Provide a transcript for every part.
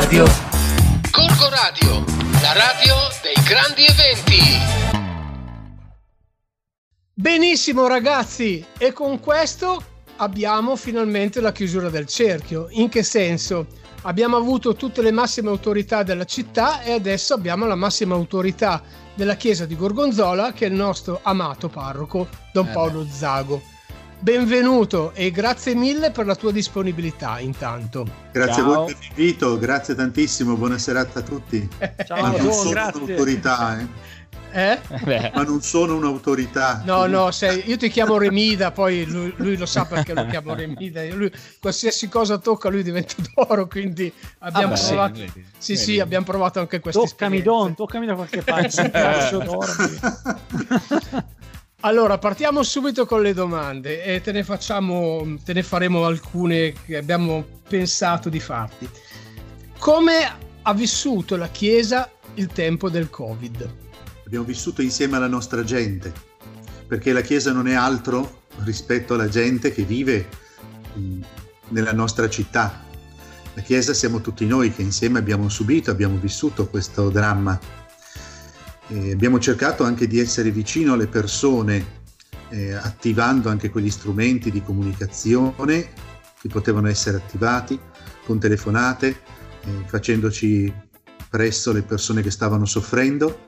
Radio. Gorgo Radio, la radio dei grandi eventi. Benissimo ragazzi, e con questo abbiamo finalmente la chiusura del cerchio. In che senso? Abbiamo avuto tutte le massime autorità della città e adesso abbiamo la massima autorità della chiesa di Gorgonzola, che è il nostro amato parroco Don Paolo Zago. Benvenuto e grazie mille per la tua disponibilità intanto. Grazie a voi per l'invito, grazie tantissimo, buona serata a tutti. Ciao, ma non sono grazie. un'autorità, ma non sono un'autorità. No, io ti chiamo Remida, poi lui lo sa perché lo chiamo Remida. Lui, qualsiasi cosa tocca lui diventa d'oro, quindi abbiamo provato. Sì, abbiamo provato anche questa toccami da qualche parte. Allora, partiamo subito con le domande e te ne faremo alcune che abbiamo pensato di farti. Come ha vissuto la Chiesa il tempo del Covid? Abbiamo vissuto insieme alla nostra gente, perché la Chiesa non è altro rispetto alla gente che vive nella nostra città. La Chiesa siamo tutti noi che insieme abbiamo vissuto questo dramma. Abbiamo cercato anche di essere vicino alle persone, attivando anche quegli strumenti di comunicazione che potevano essere attivati con telefonate, facendoci presso le persone che stavano soffrendo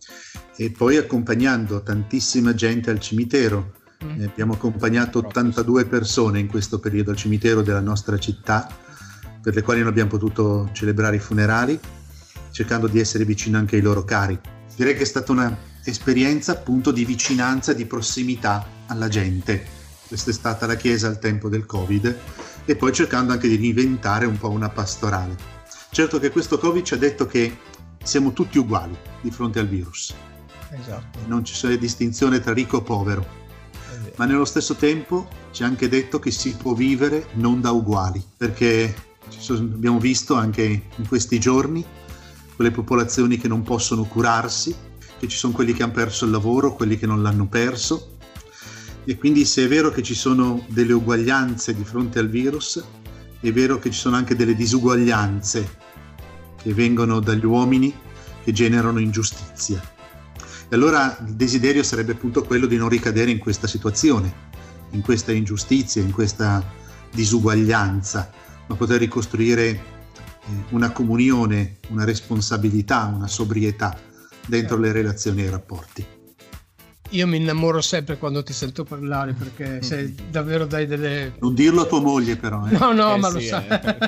e poi accompagnando tantissima gente al cimitero. Abbiamo accompagnato 82 persone in questo periodo al cimitero della nostra città, per le quali non abbiamo potuto celebrare i funerali, cercando di essere vicino anche ai loro cari. Direi che è stata un'esperienza appunto di vicinanza, di prossimità alla gente. Questa è stata la Chiesa al tempo del Covid e poi cercando anche di reinventare un po' una pastorale. Certo che questo Covid ci ha detto che siamo tutti uguali di fronte al virus. Esatto. Non ci sono distinzione tra ricco o povero, ma nello stesso tempo ci ha anche detto che si può vivere non da uguali, perché abbiamo visto anche in questi giorni quelle popolazioni che non possono curarsi, che ci sono quelli che hanno perso il lavoro, quelli che non l'hanno perso, e quindi se è vero che ci sono delle uguaglianze di fronte al virus, è vero che ci sono anche delle disuguaglianze che vengono dagli uomini che generano ingiustizia. E allora il desiderio sarebbe appunto quello di non ricadere in questa situazione, in questa ingiustizia, in questa disuguaglianza, ma poter ricostruire una comunione, una responsabilità, una sobrietà dentro le relazioni e i rapporti. Io mi innamoro sempre quando ti sento parlare, perché sei davvero dai delle... Non dirlo a tua moglie però. No, ma lo sa.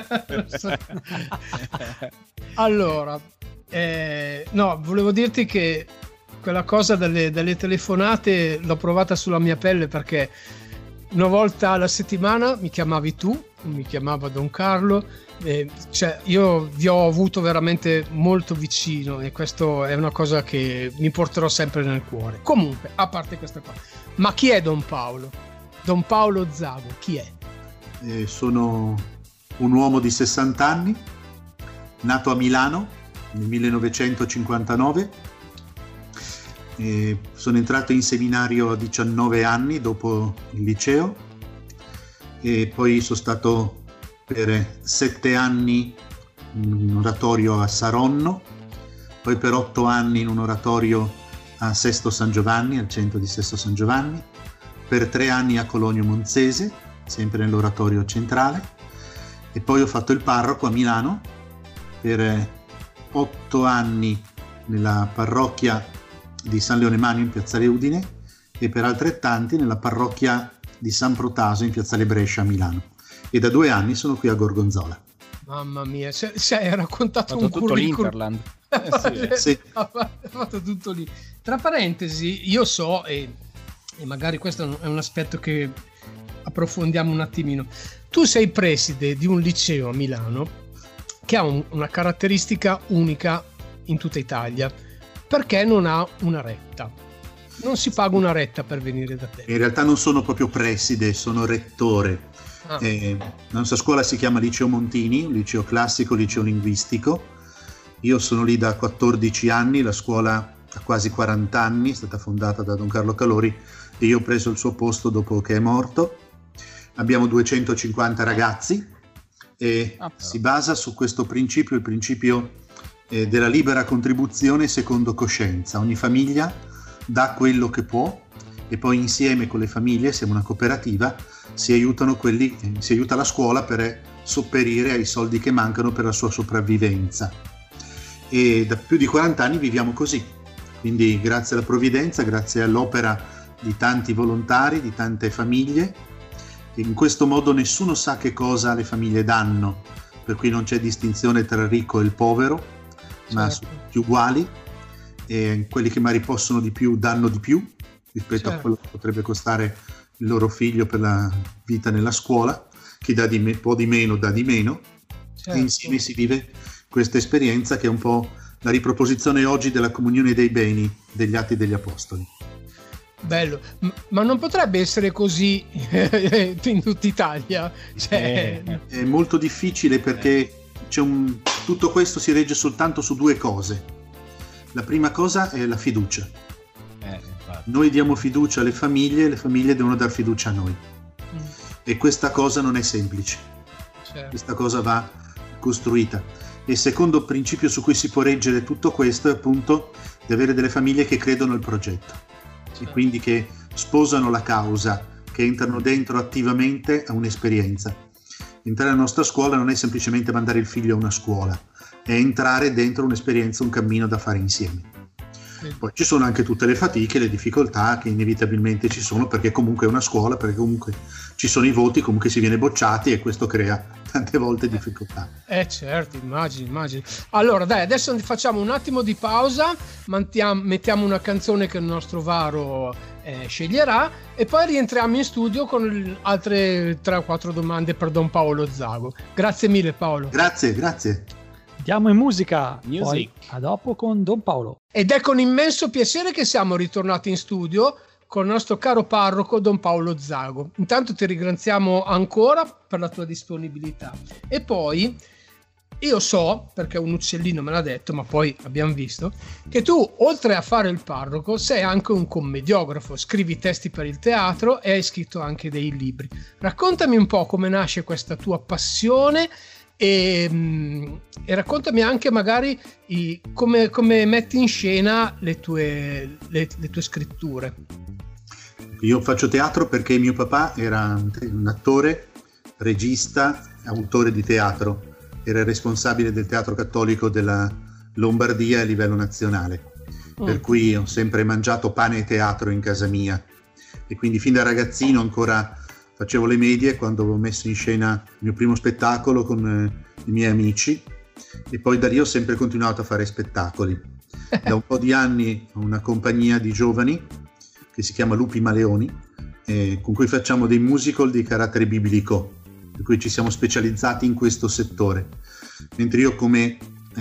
Allora, volevo dirti che quella cosa delle telefonate l'ho provata sulla mia pelle, perché una volta alla settimana mi chiamavi tu, mi chiamava Don Carlo, io vi ho avuto veramente molto vicino e questo è una cosa che mi porterò sempre nel cuore. Comunque, a parte questa cosa, ma chi è Don Paolo? Don Paolo Zago, chi è? Sono un uomo di 60 anni, nato a Milano nel 1959. Sono entrato in seminario a 19 anni dopo il liceo e poi sono stato per 7 anni in un oratorio a Saronno, poi per 8 anni in un oratorio a Sesto San Giovanni, al centro di Sesto San Giovanni, per 3 anni a Cologno Monzese, sempre nell'oratorio centrale, e poi ho fatto il parroco a Milano per 8 anni nella parrocchia di San Leone Magno in piazzale Udine e per altrettanti nella parrocchia di San Protaso in piazzale Brescia a Milano. E da 2 anni sono qui a Gorgonzola. Mamma mia, hai raccontato un tutto curriculum. l'Interland. Sì. Ha fatto tutto lì. Tra parentesi, io so, e magari questo è un aspetto che approfondiamo un attimino, tu sei preside di un liceo a Milano che ha una caratteristica unica in tutta Italia, perché non ha una retta. Non si paga una retta per venire da te. In realtà non sono proprio preside, sono rettore. La nostra scuola si chiama Liceo Montini, un liceo classico, liceo linguistico. Io sono lì da 14 anni, la scuola ha quasi 40 anni, è stata fondata da Don Carlo Calori e io ho preso il suo posto dopo che è morto. Abbiamo 250 ragazzi e si basa su questo principio, il principio della libera contribuzione secondo coscienza. Ogni famiglia dà quello che può e poi insieme con le famiglie, siamo una cooperativa, si aiuta la scuola per sopperire ai soldi che mancano per la sua sopravvivenza. E da più di 40 anni viviamo così, quindi grazie alla provvidenza, grazie all'opera di tanti volontari, di tante famiglie, e in questo modo nessuno sa che cosa le famiglie danno, per cui non c'è distinzione tra il ricco e il povero, ma sono tutti uguali, e quelli che magari possono di più danno di più rispetto a quello che potrebbe costare il loro figlio per la vita nella scuola, chi dà può di meno dà di meno, e insieme si vive questa esperienza che è un po' la riproposizione oggi della comunione dei beni degli Atti degli Apostoli. Bello, ma non potrebbe essere così in tutta Italia? È molto difficile perché tutto questo si regge soltanto su due cose. La prima cosa è la fiducia. Noi diamo fiducia alle famiglie, le famiglie devono dar fiducia a noi. E questa cosa non è semplice. Questa cosa va costruita. E il secondo principio su cui si può reggere tutto questo è appunto di avere delle famiglie che credono al progetto e quindi che sposano la causa, che entrano dentro attivamente a un'esperienza. Entrare alla nostra scuola non è semplicemente mandare il figlio a una scuola, è entrare dentro un'esperienza, un cammino da fare insieme. Poi ci sono anche tutte le fatiche, le difficoltà che inevitabilmente ci sono, perché comunque è una scuola, perché comunque ci sono i voti, comunque si viene bocciati e questo crea tante volte difficoltà. Certo, immagino. Allora dai, adesso facciamo un attimo di pausa, mettiamo una canzone che il nostro Varo sceglierà e poi rientriamo in studio con altre 3 o 4 domande per Don Paolo Zago. Grazie mille Paolo. Grazie. Andiamo in musica. Poi a dopo con Don Paolo. Ed è con immenso piacere che siamo ritornati in studio con il nostro caro parroco Don Paolo Zago. Intanto ti ringraziamo ancora per la tua disponibilità. E poi io so, perché un uccellino me l'ha detto, ma poi abbiamo visto, che tu oltre a fare il parroco sei anche un commediografo, scrivi testi per il teatro e hai scritto anche dei libri. Raccontami un po' come nasce questa tua passione e raccontami anche magari come metti in scena le tue scritture. Io faccio teatro perché mio papà era un attore, regista, autore di teatro, era responsabile del teatro cattolico della Lombardia a livello nazionale, per cui ho sempre mangiato pane e teatro in casa mia e quindi fin da ragazzino ancora facevo le medie quando avevo messo in scena il mio primo spettacolo con i miei amici e poi da lì ho sempre continuato a fare spettacoli. Da un po' di anni ho una compagnia di giovani che si chiama Lupi Maleoni, con cui facciamo dei musical di carattere biblico, per cui ci siamo specializzati in questo settore. Mentre io come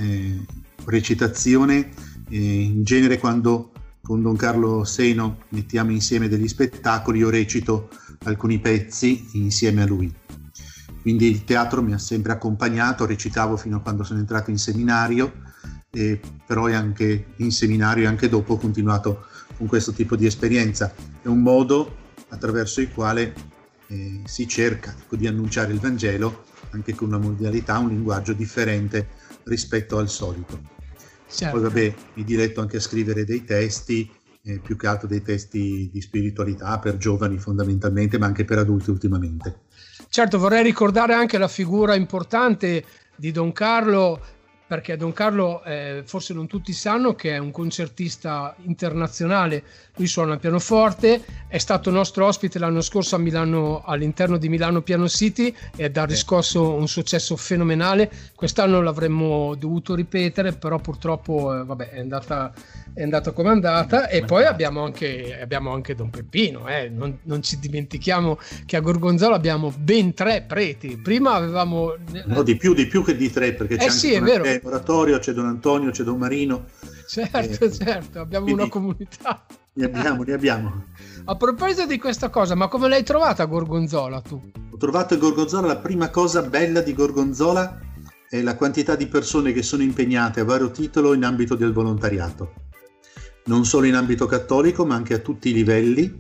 recitazione, in genere quando con Don Carlo Seno mettiamo insieme degli spettacoli, io recito alcuni pezzi insieme a lui. Quindi il teatro mi ha sempre accompagnato, recitavo fino a quando sono entrato in seminario, però anche in seminario e anche dopo ho continuato con questo tipo di esperienza. È un modo attraverso il quale si cerca di annunciare il Vangelo anche con una modalità, un linguaggio differente rispetto al solito. Certo. Poi mi diletto anche a scrivere dei testi, più che altro dei testi di spiritualità per giovani fondamentalmente, ma anche per adulti ultimamente. Certo, vorrei ricordare anche la figura importante di Don Carlo, perché Don Carlo forse non tutti sanno che è un concertista internazionale, lui suona il pianoforte, è stato nostro ospite l'anno scorso a Milano, all'interno di Milano Piano City, ed ha riscosso un successo fenomenale. Quest'anno l'avremmo dovuto ripetere, però purtroppo è andata come è andata. E poi abbiamo anche Don Peppino, non ci dimentichiamo che a Gorgonzola abbiamo ben 3 preti. Prima avevamo di più che di 3, perché c'è sì, è vero. Oratorio, c'è Don Antonio, c'è Don Marino. Certo, abbiamo quindi una comunità. Ne abbiamo. A proposito di questa cosa, ma come l'hai trovata Gorgonzola tu? Ho trovato Gorgonzola, la prima cosa bella di Gorgonzola è la quantità di persone che sono impegnate a vario titolo in ambito del volontariato. Non solo in ambito cattolico, ma anche a tutti i livelli,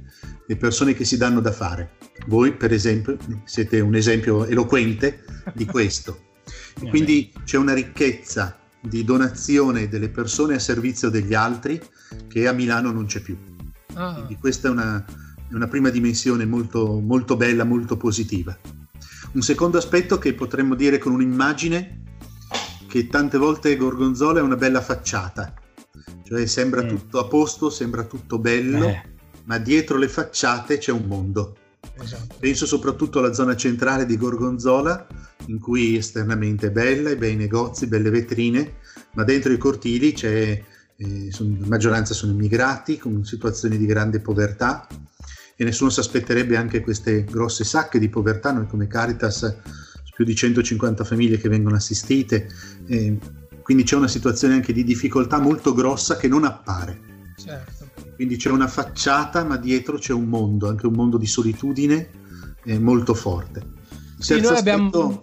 le persone che si danno da fare. Voi, per esempio, siete un esempio eloquente di questo. Quindi c'è una ricchezza di donazione delle persone a servizio degli altri che a Milano non c'è più. Quindi questa è una prima dimensione molto, molto bella, molto positiva. Un secondo aspetto che potremmo dire con un'immagine, che tante volte Gorgonzola è una bella facciata, cioè sembra tutto a posto, sembra tutto bello, ma dietro le facciate c'è un mondo. Esatto. Penso soprattutto alla zona centrale di Gorgonzola, in cui esternamente è bella, bei negozi, belle vetrine, ma dentro i cortili la maggioranza sono immigrati con situazioni di grande povertà, e nessuno si aspetterebbe anche queste grosse sacche di povertà. Noi come Caritas più di 150 famiglie che vengono assistite, quindi c'è una situazione anche di difficoltà molto grossa che non appare. Certo. Quindi c'è una facciata, ma dietro c'è un mondo, anche un mondo di solitudine molto forte. Sì, noi abbiamo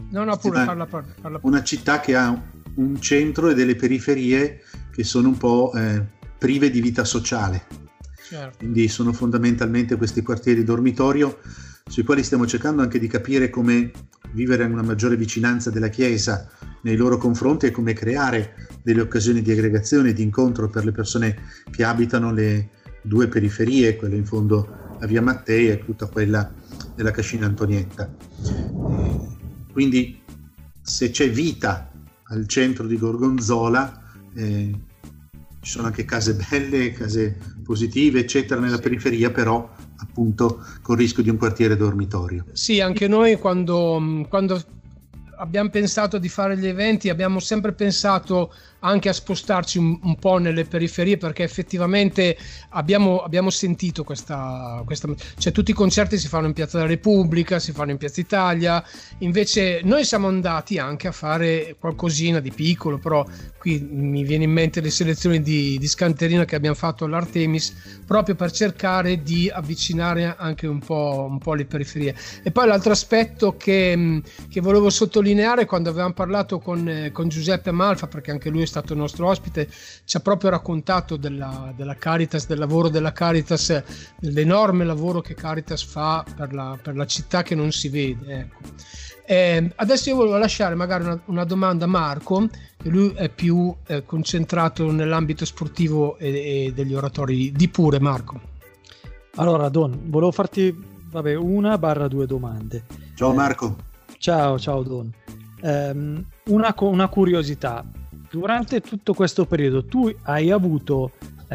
una città che ha un centro e delle periferie che sono un po' prive di vita sociale. Certo. Quindi sono fondamentalmente questi quartieri dormitorio sui quali stiamo cercando anche di capire come vivere una maggiore vicinanza della Chiesa nei loro confronti e come creare delle occasioni di aggregazione e di incontro per le persone che abitano le due periferie, quella in fondo a Via Mattei e tutta quella della Cascina Antonietta. Quindi se c'è vita al centro di Gorgonzola, ci sono anche case belle, case positive, eccetera, nella periferia, però appunto con il rischio di un quartiere dormitorio. Sì, anche noi quando abbiamo pensato di fare gli eventi abbiamo sempre pensato anche a spostarci un po' nelle periferie, perché effettivamente abbiamo sentito questa, cioè tutti i concerti si fanno in Piazza della Repubblica, si fanno in Piazza Italia, invece noi siamo andati anche a fare qualcosina di piccolo, però qui mi viene in mente le selezioni di Scanterina che abbiamo fatto all'Artemis, proprio per cercare di avvicinare anche un po' le periferie. E poi l'altro aspetto che volevo sottolineare, quando avevamo parlato con Giuseppe Malfa, perché anche lui è stato il nostro ospite, ci ha proprio raccontato della Caritas, del lavoro della Caritas, dell'enorme lavoro che Caritas fa per la città che non si vede, ecco. Adesso io volevo lasciare magari una domanda a Marco, che lui è più concentrato nell'ambito sportivo e degli oratori. Di pure, Marco. Allora Don, volevo farti 1/2 domande. Ciao Marco. Ciao Don. Una curiosità: durante tutto questo periodo tu hai avuto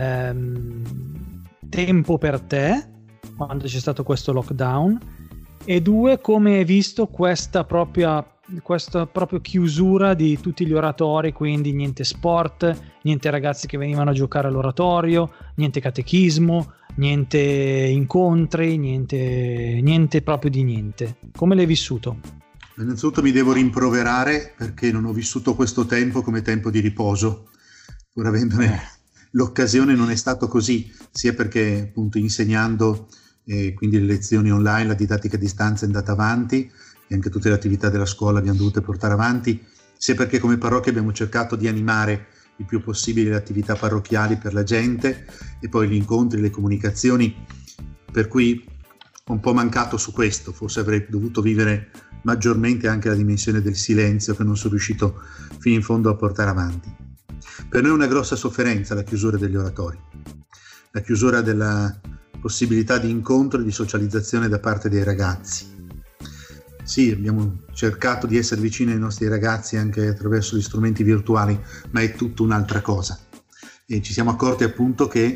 tempo per te quando c'è stato questo lockdown? E 2, come hai visto questa proprio chiusura di tutti gli oratori, quindi niente sport, niente ragazzi che venivano a giocare all'oratorio, niente catechismo, niente incontri, niente proprio di niente. Come l'hai vissuto? Innanzitutto mi devo rimproverare perché non ho vissuto questo tempo come tempo di riposo, pur avendone l'occasione. Non è stato così, sia perché appunto insegnando e quindi le lezioni online, la didattica a distanza è andata avanti e anche tutte le attività della scuola abbiamo dovute portare avanti, sia perché come parrocchia abbiamo cercato di animare il più possibile le attività parrocchiali per la gente e poi gli incontri, le comunicazioni, per cui ho un po' mancato su questo. Forse avrei dovuto vivere maggiormente anche la dimensione del silenzio che non sono riuscito fino in fondo a portare avanti. Per noi è una grossa sofferenza la chiusura degli oratori, la chiusura della possibilità di incontro e di socializzazione da parte dei ragazzi. Sì, abbiamo cercato di essere vicini ai nostri ragazzi anche attraverso gli strumenti virtuali, ma è tutta un'altra cosa. E ci siamo accorti appunto che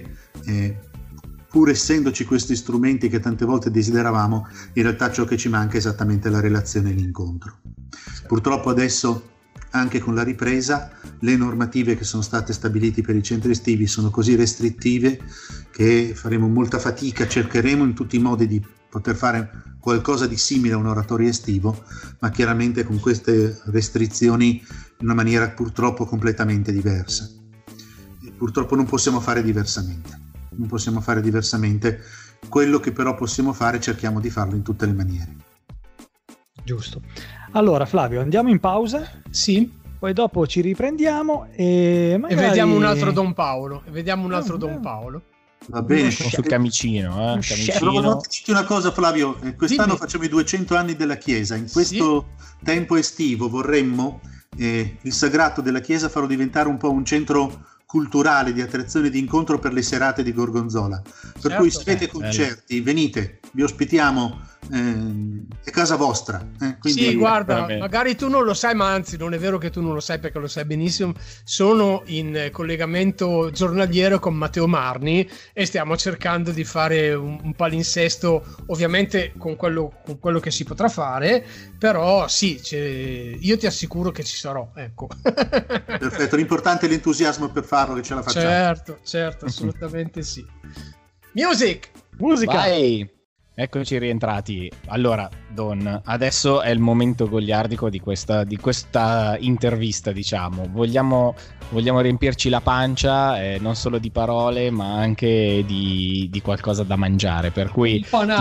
pur essendoci questi strumenti che tante volte desideravamo, in realtà ciò che ci manca è esattamente la relazione e l'incontro. Purtroppo adesso, anche con la ripresa, le normative che sono state stabilite per i centri estivi sono così restrittive che faremo molta fatica. Cercheremo in tutti i modi di poter fare qualcosa di simile a un oratorio estivo, ma chiaramente con queste restrizioni in una maniera purtroppo completamente diversa. E purtroppo non possiamo fare diversamente. Non possiamo fare diversamente. Quello che però possiamo fare, cerchiamo di farlo in tutte le maniere. Giusto. Allora Flavio, andiamo in pausa? Sì. Poi dopo ci riprendiamo e magari... vediamo un altro Don Paolo. Va bene. Sul camicino. Però dirti una cosa, Flavio, quest'anno facciamo i 200 anni della Chiesa. In questo tempo estivo vorremmo il sagrato della Chiesa farlo diventare un po' un centro culturale di attrazione di incontro per le serate di Gorgonzola. Per cui se avete concerti, venite, vi ospitiamo, è casa vostra. Quindi... Sì, guarda, magari tu non lo sai, ma anzi non è vero che tu non lo sai perché lo sai benissimo. Sono in collegamento giornaliero con Matteo Marni e stiamo cercando di fare un palinsesto, ovviamente con quello che si potrà fare, però sì, io ti assicuro che ci sarò, ecco. Perfetto, l'importante è l'entusiasmo per farlo, che ce la facciamo. Certo, assolutamente sì. Musica! Vai! Eccoci rientrati. Allora, Don, adesso è il momento goliardico di questa intervista, diciamo. Vogliamo riempirci la pancia, non solo di parole, ma anche di qualcosa da mangiare. Per cui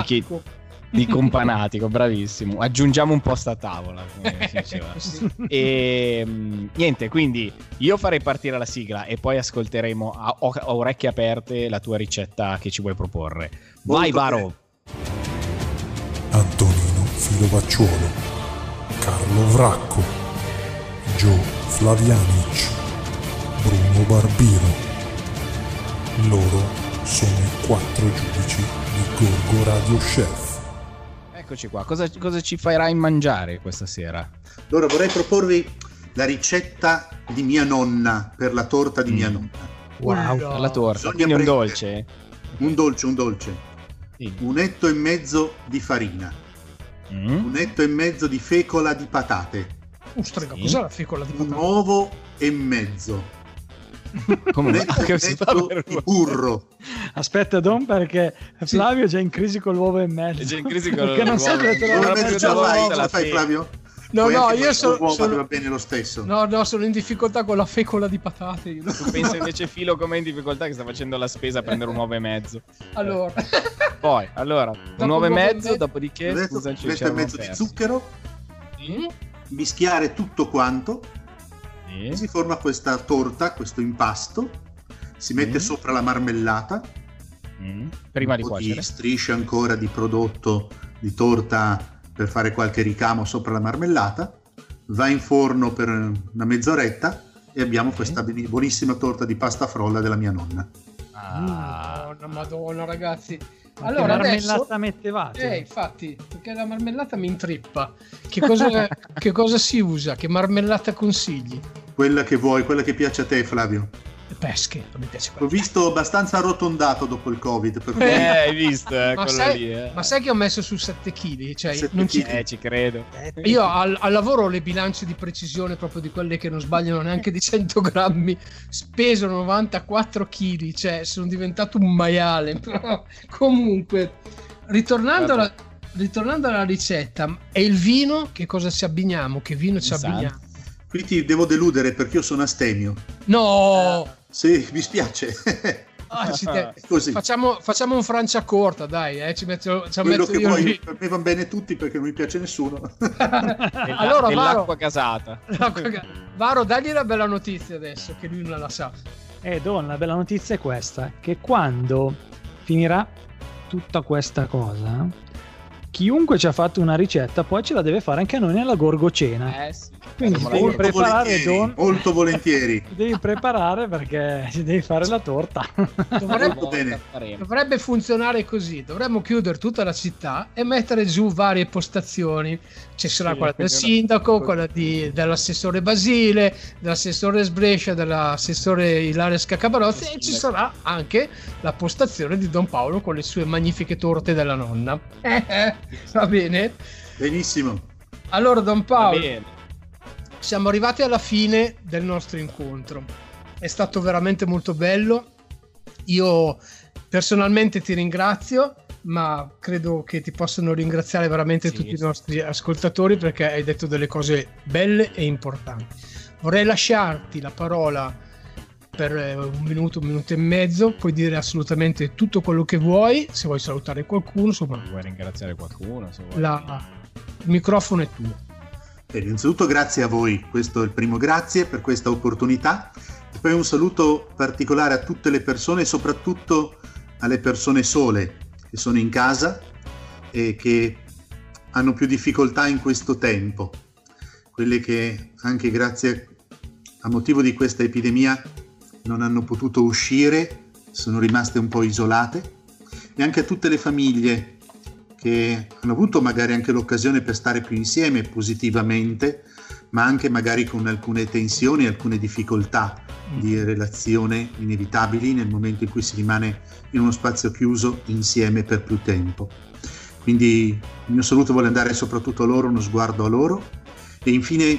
di companatico, bravissimo. Aggiungiamo un posto a tavola, come si diceva. E niente, quindi io farei partire la sigla e poi ascolteremo a orecchie aperte la tua ricetta che ci vuoi proporre. Vai, Varo! Antonino Filovacciuolo, Carlo Vracco, Gio Flavianic, Bruno Barbiro. Loro sono i 4 giudici di Gorgo Radio Chef. Eccoci qua, cosa ci farai mangiare questa sera? Allora vorrei proporvi la ricetta di mia nonna per la torta di mia nonna. Wow, per la torta, quindi un dolce? Un dolce. Sì. 1 etto e mezzo di farina, 1 etto e mezzo di fecola di patate, cos'è la fecola di patate? 1 uovo e mezzo, come 1 etto e mezzo di burro. Aspetta, Don, perché Flavio è già in crisi con l'uovo e mezzo. È già in crisi con perché non so dove te lo fai, Flavio? No, io sono va bene lo stesso. No, sono in difficoltà con la fecola di patate. Io. Tu pensa invece Filo com'è in difficoltà che sta facendo la spesa a prendere un uovo e mezzo. Allora. Poi, un uovo e mezzo, dopodiché 1 etto e mezzo di zucchero. Mischiare tutto quanto. E si forma questa torta, questo impasto. Si mette sopra la marmellata. Prima di cuocere. Strisce ancora di prodotto di torta per fare qualche ricamo sopra la marmellata, va in forno per una mezz'oretta e abbiamo questa buonissima torta di pasta frolla della mia nonna. Madonna ragazzi, allora che marmellata mettevate? Infatti, perché la marmellata mi intrippa. Che cosa si usa? Che marmellata consigli? Quella che vuoi, quella che piace a te, Flavio. Pesche, mi piace. L'ho visto abbastanza arrotondato dopo il Covid. Per hai visto? Ma sai che ho messo su 7 kg? Cioè, 7 non ci credo. Io al lavoro ho le bilance di precisione proprio di quelle che non sbagliano neanche di 100 grammi. Peso 94 kg, cioè sono diventato un maiale. Comunque, ritornando alla ricetta, e il vino, che cosa ci abbiniamo? Che vino ci abbiniamo? Qui ti devo deludere perché io sono astemio. No! Sì, mi spiace. Così. Facciamo un Franciacorta, dai, ci metto quello che io vuoi, lì. per me van bene tutti perché non mi piace nessuno. Allora, l'acqua casata. Varo, dagli la bella notizia adesso, che lui non la sa. Don, la bella notizia è questa, che quando finirà tutta questa cosa, chiunque ci ha fatto una ricetta poi ce la deve fare anche a noi nella Gorgocena. Sì. Quindi devi preparare, Don. Molto volentieri. Devi preparare perché ci devi fare la torta. Dovrebbe funzionare così. Dovremmo chiudere tutta la città e mettere giù varie postazioni. Ci sarà quella del sindaco, quella dell'assessore Basile, dell'assessore Sbrescia, dell'assessore Ilaria Scaccabarozzi e ci sarà anche la postazione di Don Paolo con le sue magnifiche torte della nonna. Va bene? Benissimo. Allora, Don Paolo, siamo arrivati alla fine del nostro incontro. È stato veramente molto bello. Io personalmente ti ringrazio, ma credo che ti possano ringraziare veramente tutti i nostri ascoltatori perché hai detto delle cose belle e importanti. Vorrei lasciarti la parola per 1 minuto e mezzo, puoi dire assolutamente tutto quello che vuoi, se vuoi salutare qualcuno, insomma. Vuoi ringraziare qualcuno? Se vuoi. Il microfono è tuo. Innanzitutto grazie a voi, questo è il primo grazie per questa opportunità e poi un saluto particolare a tutte le persone, soprattutto alle persone sole che sono in casa e che hanno più difficoltà in questo tempo, quelle che anche grazie a motivo di questa epidemia non hanno potuto uscire, sono rimaste un po' isolate, e anche a tutte le famiglie che hanno avuto magari anche l'occasione per stare più insieme positivamente, ma anche magari con alcune tensioni, alcune difficoltà di relazione inevitabili nel momento in cui si rimane in uno spazio chiuso insieme per più tempo. Quindi il mio saluto vuole andare soprattutto a loro, uno sguardo a loro, e infine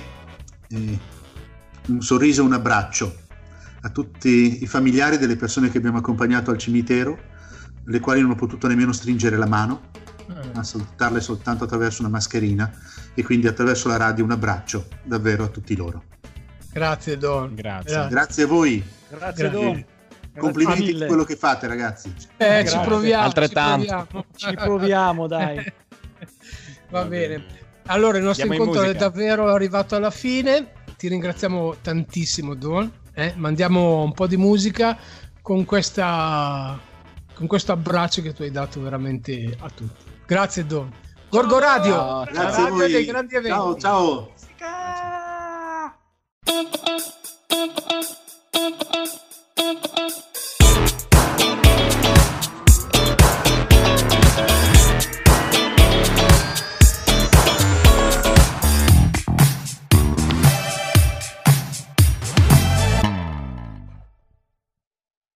un sorriso, un abbraccio a tutti i familiari delle persone che abbiamo accompagnato al cimitero, le quali non ho potuto nemmeno stringere la mano, ma salutarle soltanto attraverso una mascherina, e quindi attraverso la radio un abbraccio davvero a tutti loro. Grazie Don. Grazie a voi. Grazie Don. Complimenti per quello che fate, ragazzi. Ci proviamo. Altrettanto. Ci proviamo, dai. Va bene. Allora, il nostro incontro è davvero arrivato alla fine. Ti ringraziamo tantissimo, Don. Mandiamo un po' di musica con questo abbraccio che tu hai dato veramente a tutti. Grazie, Don. Gorgo Radio, Grazie la a radio voi. dei grandi eventi. Ciao.